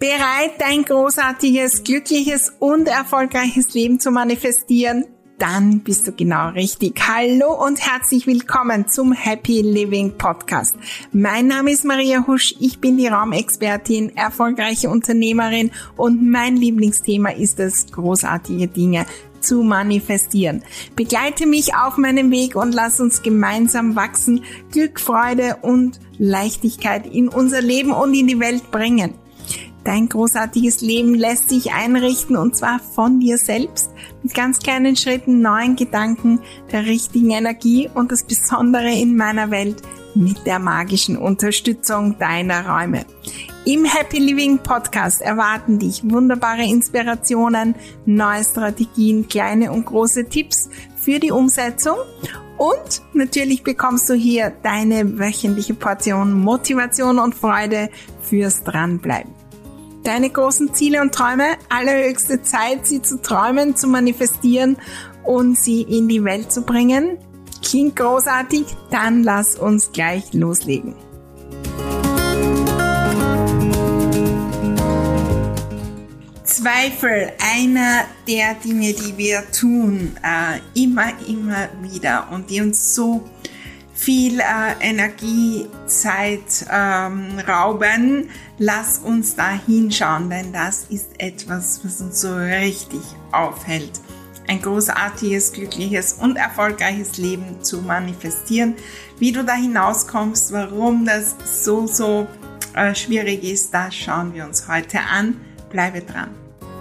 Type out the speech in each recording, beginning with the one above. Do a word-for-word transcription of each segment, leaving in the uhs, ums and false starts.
Bereit, dein großartiges, glückliches und erfolgreiches Leben zu manifestieren? Dann bist du genau richtig. Hallo und herzlich willkommen zum Happy Living Podcast. Mein Name ist Maria Husch, ich bin die Raumexpertin, erfolgreiche Unternehmerin und mein Lieblingsthema ist es, großartige Dinge zu manifestieren. Begleite mich auf meinem Weg und lass uns gemeinsam wachsen, Glück, Freude und Leichtigkeit in unser Leben und in die Welt bringen. Dein großartiges Leben lässt sich einrichten und zwar von dir selbst mit ganz kleinen Schritten, neuen Gedanken, der richtigen Energie und das Besondere in meiner Welt mit der magischen Unterstützung deiner Räume. Im Happy Living Podcast erwarten dich wunderbare Inspirationen, neue Strategien, kleine und große Tipps für die Umsetzung und natürlich bekommst du hier deine wöchentliche Portion Motivation und Freude fürs Dranbleiben. Deine großen Ziele und Träume, allerhöchste Zeit, sie zu träumen, zu manifestieren und sie in die Welt zu bringen. Klingt großartig? Dann lass uns gleich loslegen. Zweifel, einer der Dinge, die wir tun, äh, immer, immer wieder und die uns so viel äh, Energie, Zeit ähm, rauben. Lass uns da hinschauen, denn das ist etwas, was uns so richtig aufhält. Ein großartiges, glückliches und erfolgreiches Leben zu manifestieren. Wie du da hinauskommst, warum das so, so äh, schwierig ist, das schauen wir uns heute an. Bleibe dran.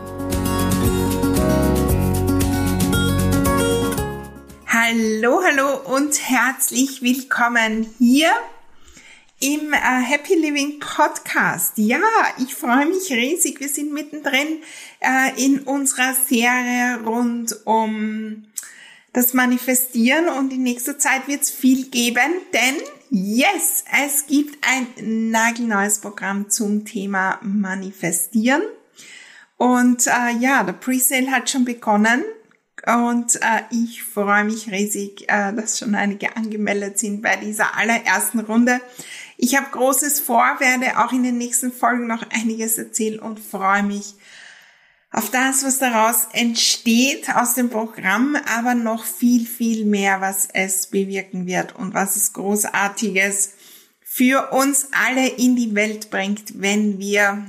Hallo, hallo und herzlich willkommen hier im äh, Happy Living Podcast. Ja, ich freue mich riesig. Wir sind mittendrin äh, in unserer Serie rund um das Manifestieren und in nächster Zeit wird es viel geben, denn yes, es gibt ein nagelneues Programm zum Thema Manifestieren. Und äh, ja, der Presale hat schon begonnen. Und äh, ich freue mich riesig, äh, dass schon einige angemeldet sind bei dieser allerersten Runde. Ich habe Großes vor, werde auch in den nächsten Folgen noch einiges erzählen und freue mich auf das, was daraus entsteht aus dem Programm, aber noch viel, viel mehr, was es bewirken wird und was es Großartiges für uns alle in die Welt bringt, wenn wir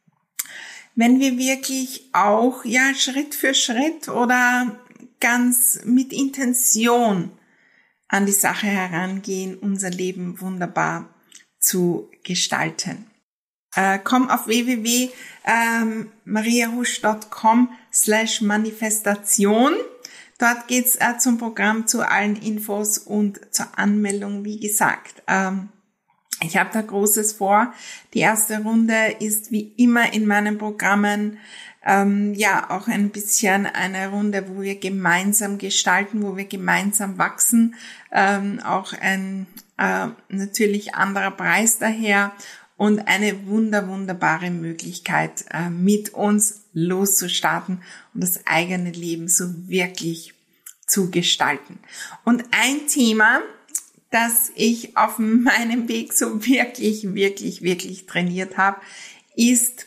wenn wir wirklich auch ja Schritt für Schritt oder ganz mit Intention an die Sache herangehen, unser Leben wunderbar zu gestalten. Äh, komm auf w w w punkt mariahusch punkt com slash manifestation. Dort geht's äh, zum Programm, zu allen Infos und zur Anmeldung. Wie gesagt, ähm, ich habe da Großes vor. Die erste Runde ist wie immer in meinen Programmen ähm, ja auch ein bisschen eine Runde, wo wir gemeinsam gestalten, wo wir gemeinsam wachsen. Ähm, auch ein äh, natürlich anderer Preis daher und eine wunder wunderbare Möglichkeit, äh, mit uns loszustarten und das eigene Leben so wirklich zu gestalten. Und ein Thema, das ich auf meinem Weg so wirklich, wirklich, wirklich trainiert habe, ist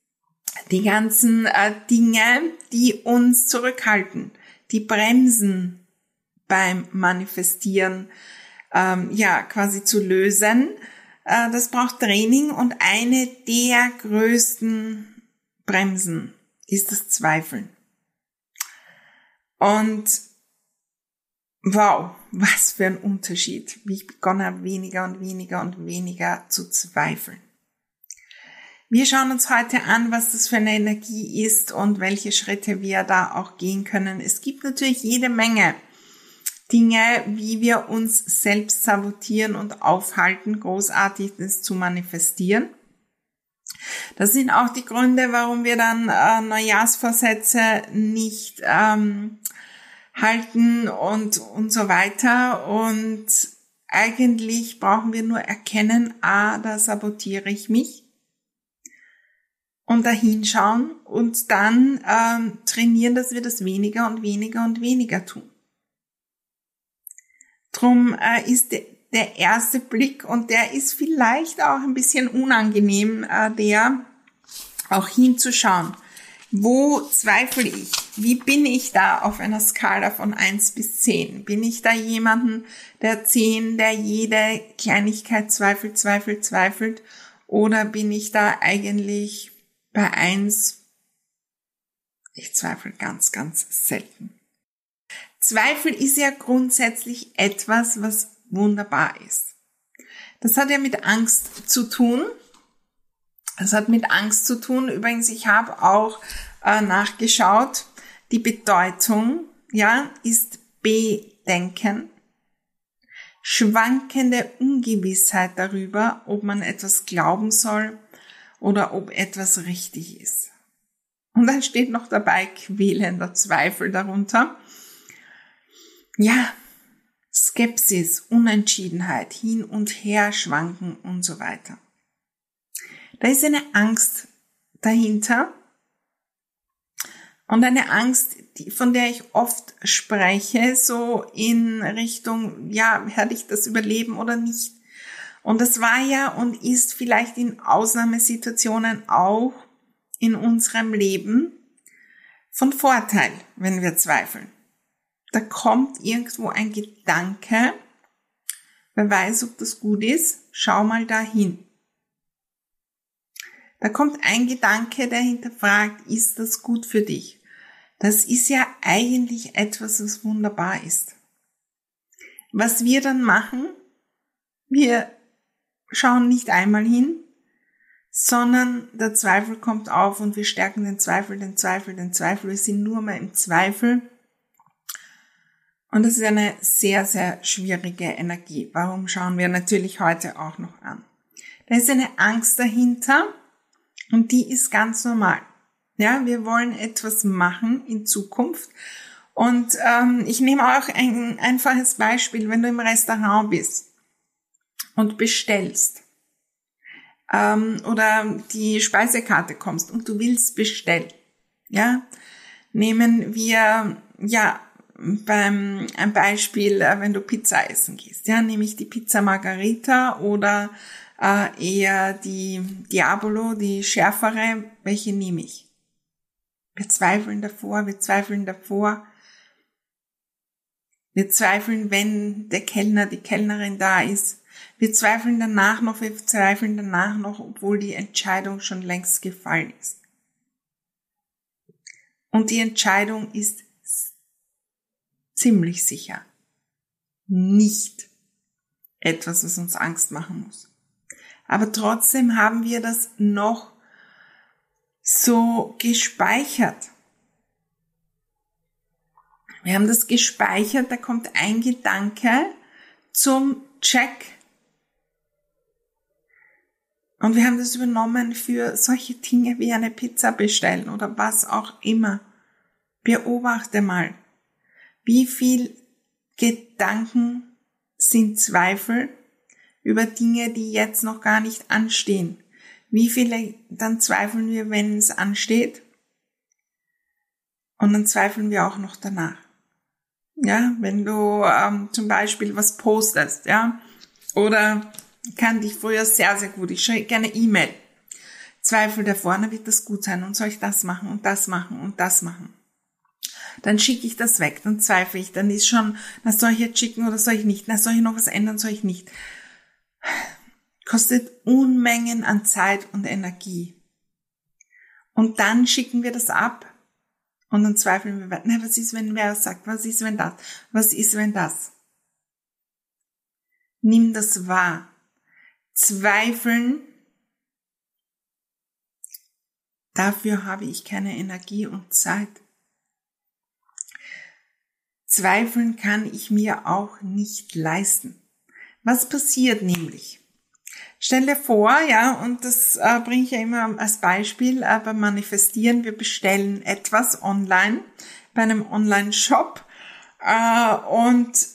die ganzen äh, Dinge, die uns zurückhalten, die bremsen beim Manifestieren, ähm, ja, quasi zu lösen. Äh, das braucht Training und eine der größten Bremsen ist das Zweifeln. Und wow, was für ein Unterschied, wie ich begonnen habe, weniger und weniger und weniger zu zweifeln. Wir schauen uns heute an, was das für eine Energie ist und welche Schritte wir da auch gehen können. Es gibt natürlich jede Menge Dinge, wie wir uns selbst sabotieren und aufhalten, Großartiges zu manifestieren. Das sind auch die Gründe, warum wir dann äh, Neujahrsvorsätze nicht ähm, halten und und so weiter. Und eigentlich brauchen wir nur erkennen, ah, da sabotiere ich mich. Und da hinschauen und dann ähm, trainieren, dass wir das weniger und weniger und weniger tun. Drum äh, ist de, der erste Blick, und der ist vielleicht auch ein bisschen unangenehm, äh, der, auch hinzuschauen, wo zweifle ich? Wie bin ich da auf einer Skala von eins bis zehn? Bin ich da jemanden, der zehn, der jede Kleinigkeit zweifelt, zweifelt, zweifelt? Oder bin ich da eigentlich bei eins? Ich zweifle ganz, ganz selten. Zweifel ist ja grundsätzlich etwas, was wunderbar ist. Das hat ja mit Angst zu tun. Das hat mit Angst zu tun. Übrigens, ich habe auch äh, nachgeschaut. Die Bedeutung, ja, ist Bedenken. Schwankende Ungewissheit darüber, ob man etwas glauben soll oder ob etwas richtig ist. Und dann steht noch dabei quälender Zweifel darunter. Ja, Skepsis, Unentschiedenheit, hin und her schwanken und so weiter. Da ist eine Angst dahinter und eine Angst, die, von der ich oft spreche, so in Richtung, ja, werde ich das überleben oder nicht? Und das war ja und ist vielleicht in Ausnahmesituationen auch in unserem Leben von Vorteil, wenn wir zweifeln. Da kommt irgendwo ein Gedanke, wer weiß, ob das gut ist, schau mal dahin. Da kommt ein Gedanke, der hinterfragt, ist das gut für dich? Das ist ja eigentlich etwas, was wunderbar ist. Was wir dann machen, wir schauen nicht einmal hin, sondern der Zweifel kommt auf und wir stärken den Zweifel, den Zweifel, den Zweifel. Wir sind nur mehr im Zweifel. Und das ist eine sehr, sehr schwierige Energie. Warum schauen wir natürlich heute auch noch an? Da ist eine Angst dahinter und die ist ganz normal. Ja, wir wollen etwas machen in Zukunft. Und ähm, ich nehme auch ein einfaches Beispiel, wenn du im Restaurant bist und bestellst ähm, oder die Speisekarte kommst und du willst bestellen. Ja, nehmen wir ja beim ein Beispiel, wenn du Pizza essen gehst, ja, nehme ich die Pizza Margherita oder äh, eher die Diabolo, die schärfere, welche nehme ich? Wir zweifeln davor, wir zweifeln davor, wir zweifeln, wenn der Kellner, die Kellnerin da ist, wir zweifeln danach noch, wir zweifeln danach noch, obwohl die Entscheidung schon längst gefallen ist. Und die Entscheidung ist ziemlich sicher nicht etwas, was uns Angst machen muss. Aber trotzdem haben wir das noch so gespeichert. Wir haben das gespeichert, da kommt ein Gedanke zum Check. Und wir haben das übernommen für solche Dinge wie eine Pizza bestellen oder was auch immer. Beobachte mal. Wie viel Gedanken sind Zweifel über Dinge, die jetzt noch gar nicht anstehen? Wie viele dann zweifeln wir, wenn es ansteht? Und dann zweifeln wir auch noch danach. Ja, wenn du ähm, zum Beispiel was postest, ja, oder kannte ich früher sehr, sehr gut, ich schreibe gerne E-Mail. Zweifel davor, na, wird das gut sein und soll ich das machen und das machen und das machen? Dann schicke ich das weg, dann zweifle ich, dann ist schon, na, soll ich jetzt schicken oder soll ich nicht, na, soll ich noch was ändern, soll ich nicht. Kostet Unmengen an Zeit und Energie. Und dann schicken wir das ab und dann zweifeln wir, na, was ist, wenn wer sagt, was ist, wenn das, was ist, wenn das. Nimm das wahr. Zweifeln, dafür habe ich keine Energie und Zeit. Zweifeln kann ich mir auch nicht leisten. Was passiert nämlich? Stell dir vor, ja, und das äh, bringe ich ja immer als Beispiel äh, beim Manifestieren. Wir bestellen etwas online bei einem Online-Shop äh, und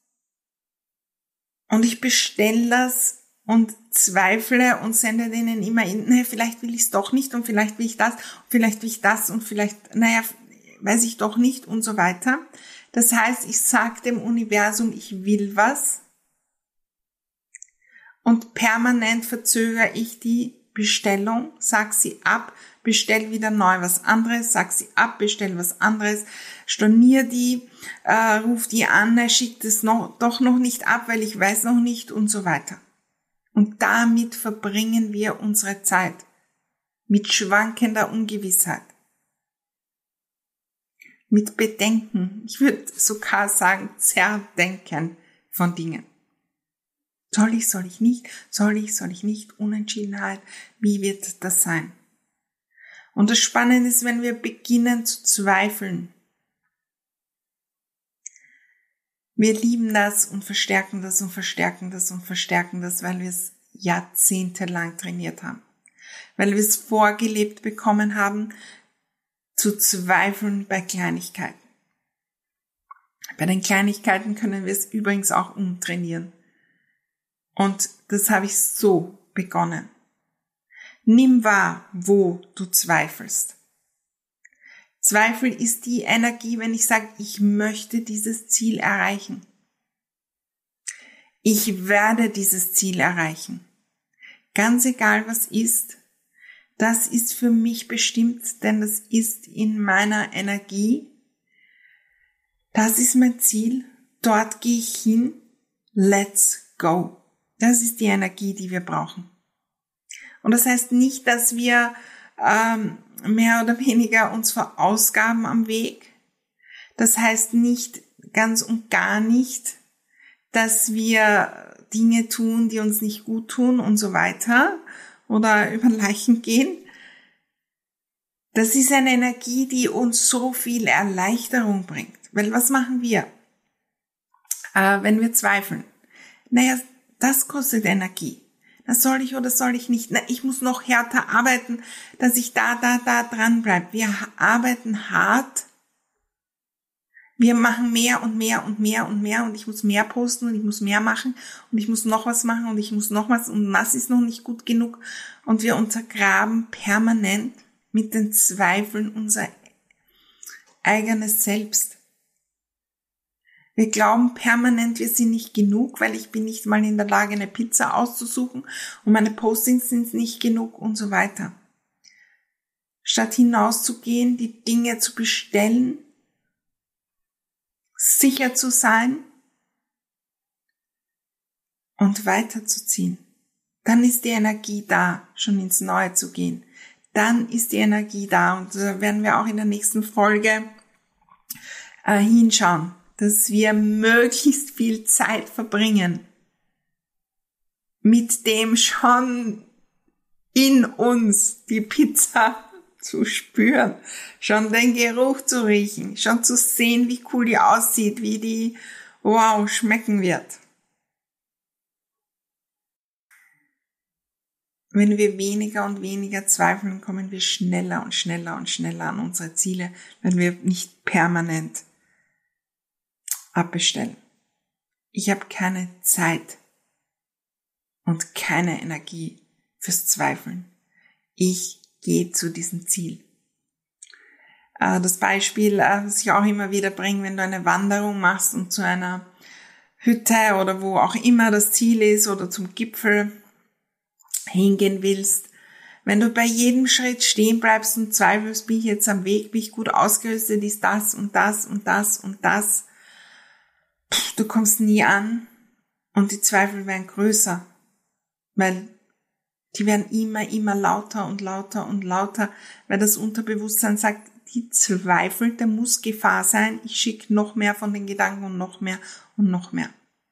und ich bestelle das und zweifle und sende denen immer in, naja, vielleicht will ich es doch nicht und vielleicht will ich das, vielleicht will ich das und vielleicht, naja, weiß ich doch nicht und so weiter. Das heißt, ich sage dem Universum, ich will was und permanent verzögere ich die Bestellung, sag sie ab, bestell wieder neu was anderes, sag sie ab, bestell was anderes, stornier die, äh, ruf die an, er schickt es noch, doch noch nicht ab, weil ich weiß noch nicht und so weiter. Und damit verbringen wir unsere Zeit mit schwankender Ungewissheit, mit Bedenken, ich würde sogar sagen Zerdenken von Dingen. Soll ich, soll ich nicht, soll ich, soll ich nicht, Unentschiedenheit, wie wird das sein? Und das Spannende ist, wenn wir beginnen zu zweifeln. Wir lieben das und verstärken das und verstärken das und verstärken das, weil wir es jahrzehntelang trainiert haben. Weil wir es vorgelebt bekommen haben, zu zweifeln bei Kleinigkeiten. Bei den Kleinigkeiten können wir es übrigens auch umtrainieren. Und das habe ich so begonnen. Nimm wahr, wo du zweifelst. Zweifel ist die Energie, wenn ich sage, ich möchte dieses Ziel erreichen. Ich werde dieses Ziel erreichen. Ganz egal, was ist, das ist für mich bestimmt, denn das ist in meiner Energie. Das ist mein Ziel. Dort gehe ich hin. Let's go. Das ist die Energie, die wir brauchen. Und das heißt nicht, dass wir ähm, mehr oder weniger uns verausgaben am Weg. Das heißt nicht ganz und gar nicht, dass wir Dinge tun, die uns nicht gut tun und so weiter oder über Leichen gehen. Das ist eine Energie, die uns so viel Erleichterung bringt. Weil was machen wir, äh, wenn wir zweifeln? Naja, das kostet Energie. Das soll ich oder soll ich nicht? Na, ich muss noch härter arbeiten, dass ich da, da, da dran bleibe. Wir arbeiten hart. Wir machen mehr und mehr und mehr und mehr und ich muss mehr posten und ich muss mehr machen und ich muss noch was machen und ich muss noch was und das ist noch nicht gut genug. Und wir untergraben permanent mit den Zweifeln unser eigenes Selbst. Wir glauben permanent, wir sind nicht genug, weil ich bin nicht mal in der Lage, eine Pizza auszusuchen und meine Postings sind nicht genug und so weiter. Statt hinauszugehen, die Dinge zu bestellen, sicher zu sein und weiterzuziehen. Dann ist die Energie da, schon ins Neue zu gehen. Dann ist die Energie da und da werden wir auch in der nächsten Folge äh, hinschauen, dass wir möglichst viel Zeit verbringen mit dem schon in uns die Pizza zu spüren, schon den Geruch zu riechen, schon zu sehen, wie cool die aussieht, wie die, wow, schmecken wird. Wenn wir weniger und weniger zweifeln, kommen wir schneller und schneller und schneller an unsere Ziele, wenn wir nicht permanent abbestellen. Ich habe keine Zeit und keine Energie fürs Zweifeln. Ich gehe zu diesem Ziel. Das Beispiel, das ich auch immer wieder bringe, wenn du eine Wanderung machst und zu einer Hütte oder wo auch immer das Ziel ist oder zum Gipfel hingehen willst, wenn du bei jedem Schritt stehen bleibst und zweifelst, bin ich jetzt am Weg, bin ich gut ausgerüstet, ist das und das und das und das, du kommst nie an und die Zweifel werden größer, weil die werden immer, immer lauter und lauter und lauter, weil das Unterbewusstsein sagt, die Zweifel, da muss Gefahr sein, ich schicke noch mehr von den Gedanken und noch mehr und noch mehr.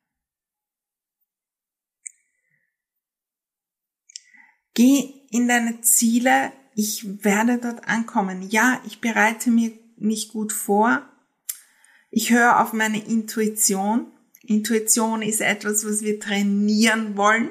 Geh in deine Ziele, ich werde dort ankommen. Ja, ich bereite mir mich gut vor. Ich höre auf meine Intuition. Intuition ist etwas, was wir trainieren wollen.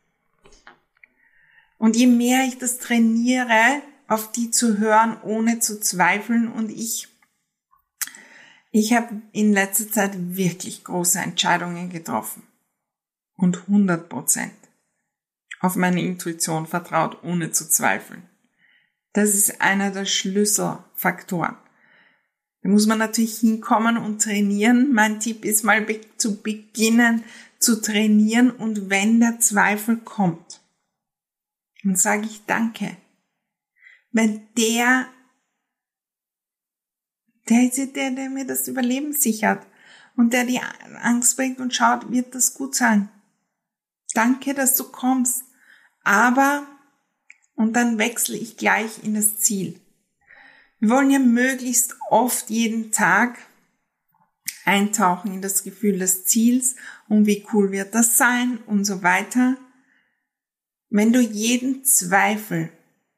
Und je mehr ich das trainiere, auf die zu hören, ohne zu zweifeln, und ich, ich habe in letzter Zeit wirklich große Entscheidungen getroffen. Und hundert Prozent auf meine Intuition vertraut, ohne zu zweifeln. Das ist einer der Schlüsselfaktoren. Da muss man natürlich hinkommen und trainieren. Mein Tipp ist mal be- zu beginnen zu trainieren, und wenn der Zweifel kommt, Und sage ich Danke. Wenn der, der ist ja der, der mir das Überleben sichert und der die Angst bringt und schaut, wird das gut sein. Danke, dass du kommst. Aber, und dann wechsle ich gleich in das Ziel. Wir wollen ja möglichst oft jeden Tag eintauchen in das Gefühl des Ziels und wie cool wird das sein und so weiter. Wenn du jeden Zweifel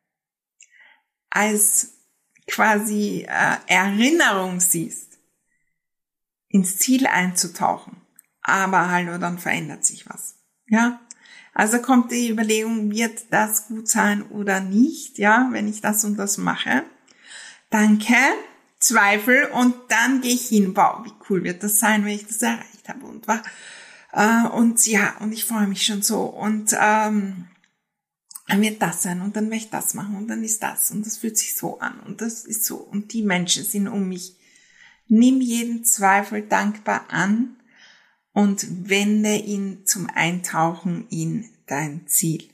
als quasi äh, Erinnerung siehst, ins Ziel einzutauchen, aber hallo, dann verändert sich was. Ja, also kommt die Überlegung, wird das gut sein oder nicht, ja, wenn ich das und das mache. Danke, Zweifel und dann gehe ich hin, wow, wie cool wird das sein, wenn ich das erreicht habe und war, äh, und ja, und ich freue mich schon so und ähm, dann wird das sein und dann werde ich das machen und dann ist das und das fühlt sich so an und das ist so und die Menschen sind um mich. Nimm jeden Zweifel dankbar an und wende ihn zum Eintauchen in dein Ziel.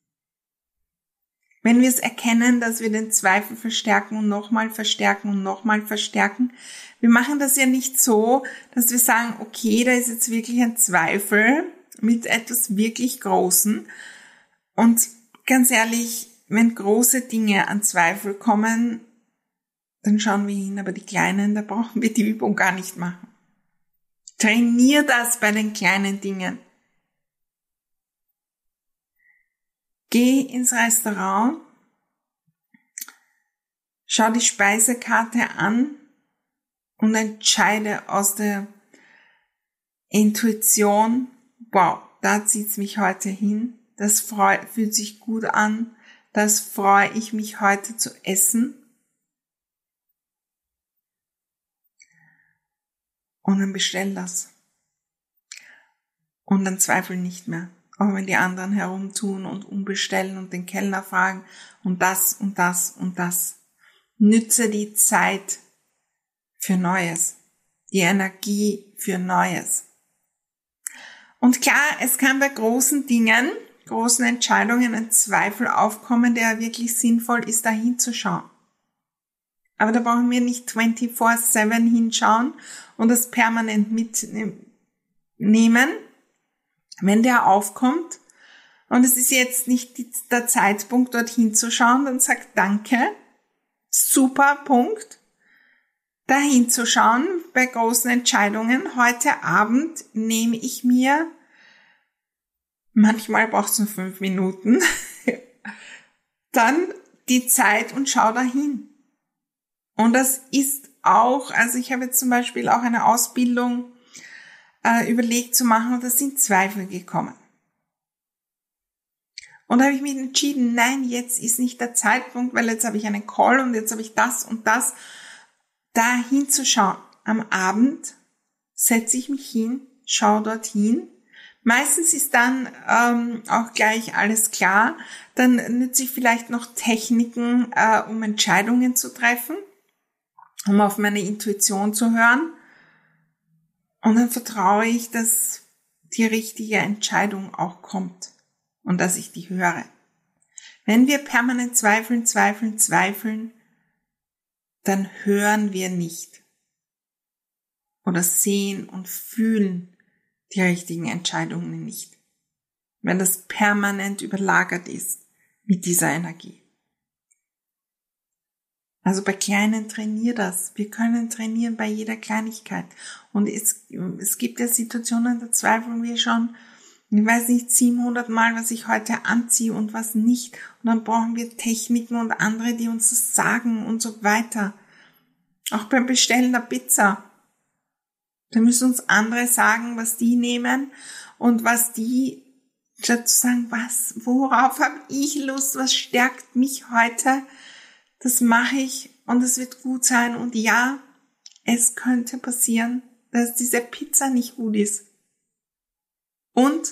Wenn wir es erkennen, dass wir den Zweifel verstärken und nochmal verstärken und nochmal verstärken, wir machen das ja nicht so, dass wir sagen, okay, da ist jetzt wirklich ein Zweifel mit etwas wirklich Großen. Und ganz ehrlich, wenn große Dinge an Zweifel kommen, dann schauen wir hin, aber die kleinen, da brauchen wir die Übung gar nicht machen. Trainier das bei den kleinen Dingen. Geh ins Restaurant, schau die Speisekarte an und entscheide aus der Intuition, wow, da zieht's mich heute hin, das freu, fühlt sich gut an, das freue ich mich heute zu essen. Und dann bestell das. Und dann zweifel nicht mehr. Auch wenn die anderen herumtun und umbestellen und den Kellner fragen und das und das und das. Nütze die Zeit für Neues. Die Energie für Neues. Und klar, es kann bei großen Dingen, großen Entscheidungen ein Zweifel aufkommen, der wirklich sinnvoll ist, da hinzuschauen. Aber da brauchen wir nicht vierundzwanzig sieben hinschauen und das permanent mitnehmen. Wenn der aufkommt und es ist jetzt nicht der Zeitpunkt, dorthin zu schauen, dann sag Danke, super Punkt, dahin zu schauen bei großen Entscheidungen. Heute Abend nehme ich mir, manchmal braucht es nur fünf Minuten, dann die Zeit und schau dahin. Und das ist auch, also ich habe jetzt zum Beispiel auch eine Ausbildung äh, überlegt zu machen und da sind Zweifel gekommen. Und da habe ich mich entschieden, nein, jetzt ist nicht der Zeitpunkt, weil jetzt habe ich einen Call und jetzt habe ich das und das, da hinzuschauen. Am Abend setze ich mich hin, schaue dorthin. Meistens ist dann ähm, auch gleich alles klar. Dann nütze ich vielleicht noch Techniken, äh, um Entscheidungen zu treffen, um auf meine Intuition zu hören. Und dann vertraue ich, dass die richtige Entscheidung auch kommt und dass ich die höre. Wenn wir permanent zweifeln, zweifeln, zweifeln, dann hören wir nicht oder sehen und fühlen die richtigen Entscheidungen nicht, wenn das permanent überlagert ist mit dieser Energie. Also bei Kleinen trainier das. Wir können trainieren bei jeder Kleinigkeit. Und es, es gibt ja Situationen, da zweifeln wir schon, ich weiß nicht, siebenhundert Mal, was ich heute anziehe und was nicht. Und dann brauchen wir Techniken und andere, die uns das sagen und so weiter. Auch beim Bestellen der Pizza. Da müssen uns andere sagen, was die nehmen und was die, statt zu sagen, was, worauf habe ich Lust, was stärkt mich heute, das mache ich und es wird gut sein. Und ja, es könnte passieren, dass diese Pizza nicht gut ist. Und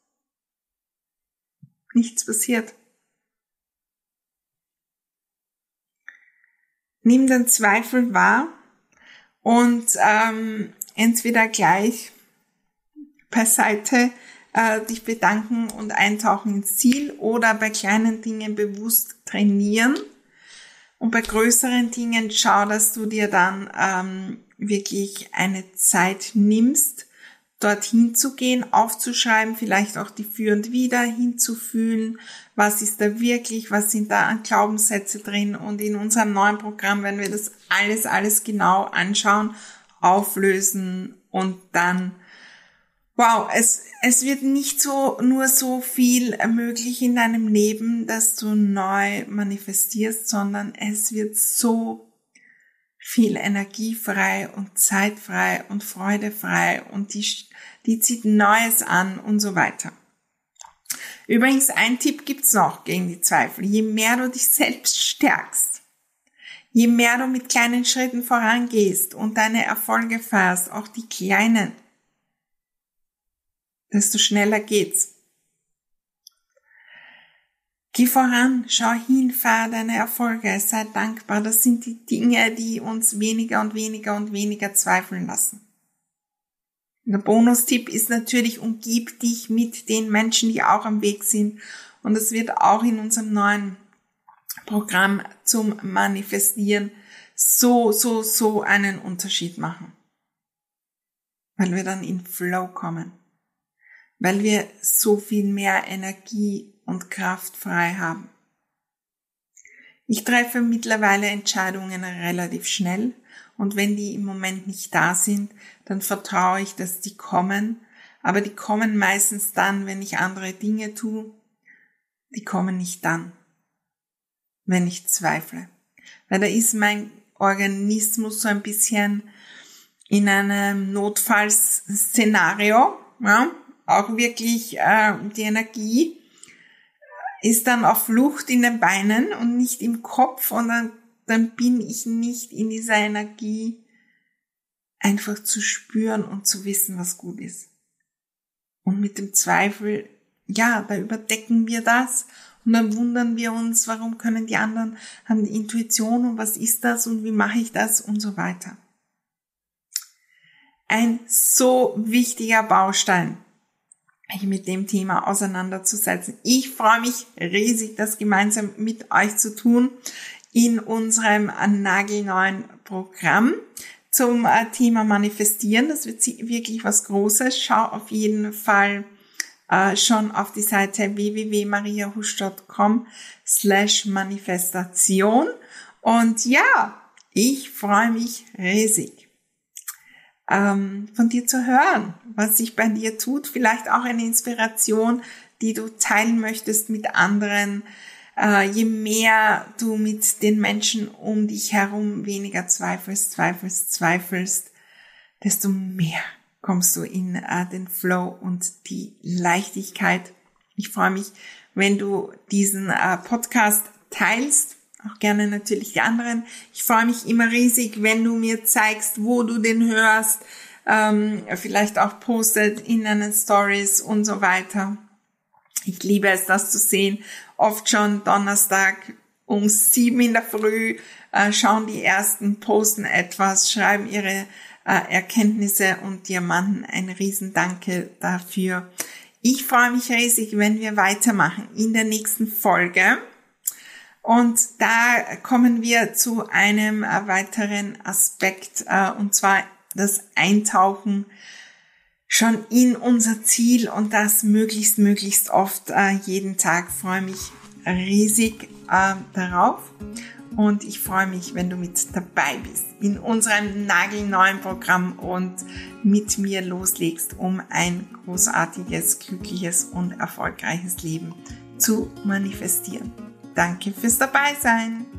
nichts passiert. Nimm den Zweifel wahr und ähm, entweder gleich beiseite äh, dich bedanken und eintauchen ins Ziel oder bei kleinen Dingen bewusst trainieren. Und bei größeren Dingen schau, dass du dir dann ähm, wirklich eine Zeit nimmst, dorthin zu gehen, aufzuschreiben, vielleicht auch die Für und Wider hinzufühlen, was ist da wirklich, was sind da an Glaubenssätze drin, und in unserem neuen Programm werden wir das alles, alles genau anschauen, auflösen und dann, wow, es, es wird nicht so, nur so viel möglich in deinem Leben, dass du neu manifestierst, sondern es wird so viel Energie frei und Zeit frei und Freude frei und die, die zieht Neues an und so weiter. Übrigens, ein Tipp gibt's noch gegen die Zweifel. Je mehr du dich selbst stärkst, je mehr du mit kleinen Schritten vorangehst und deine Erfolge feierst, auch die kleinen, desto schneller geht's. Geh voran, schau hin, feier deine Erfolge, sei dankbar. Das sind die Dinge, die uns weniger und weniger und weniger zweifeln lassen. Der Bonustipp ist natürlich, umgib dich mit den Menschen, die auch am Weg sind. Und das wird auch in unserem neuen Programm zum Manifestieren so, so, so einen Unterschied machen. Weil wir dann in Flow kommen. Weil wir so viel mehr Energie und Kraft frei haben. Ich treffe mittlerweile Entscheidungen relativ schnell, und wenn die im Moment nicht da sind, dann vertraue ich, dass die kommen, aber die kommen meistens dann, wenn ich andere Dinge tue, die kommen nicht dann, wenn ich zweifle. Weil da ist mein Organismus so ein bisschen in einem Notfallszenario, ja, auch wirklich äh, die Energie ist dann auf Flucht in den Beinen und nicht im Kopf, und dann, dann bin ich nicht in dieser Energie, einfach zu spüren und zu wissen, was gut ist. Und mit dem Zweifel, ja, da überdecken wir das und dann wundern wir uns, warum können die anderen, haben die Intuition und was ist das und wie mache ich das und so weiter. Ein so wichtiger Baustein, mich mit dem Thema auseinanderzusetzen. Ich freue mich riesig, das gemeinsam mit euch zu tun in unserem nagelneuen Programm zum Thema Manifestieren. Das wird wirklich was Großes. Schau auf jeden Fall äh, schon auf die Seite w w w punkt maria husch punkt com slash Manifestation. Und ja, ich freue mich riesig, Ähm, von dir zu hören, was sich bei dir tut, vielleicht auch eine Inspiration, die du teilen möchtest mit anderen. Äh, je mehr du mit den Menschen um dich herum weniger zweifelst, zweifelst, zweifelst, desto mehr kommst du in äh, den Flow und die Leichtigkeit. Ich freue mich, wenn du diesen äh, Podcast teilst. Auch gerne natürlich die anderen. Ich freue mich immer riesig, wenn du mir zeigst, wo du den hörst, ähm, vielleicht auch postet in deinen Stories und so weiter. Ich liebe es, das zu sehen. Oft schon Donnerstag um sieben in der Früh äh, schauen die Ersten, posten etwas, schreiben ihre äh, Erkenntnisse und Diamanten. Ein Riesendanke dafür. Ich freue mich riesig, wenn wir weitermachen in der nächsten Folge. Und da kommen wir zu einem weiteren Aspekt, und zwar das Eintauchen schon in unser Ziel, und das möglichst, möglichst oft jeden Tag. Ich freue mich riesig darauf, und ich freue mich, wenn du mit dabei bist in unserem nagelneuen Programm und mit mir loslegst, um ein großartiges, glückliches und erfolgreiches Leben zu manifestieren. Danke fürs Dabeisein.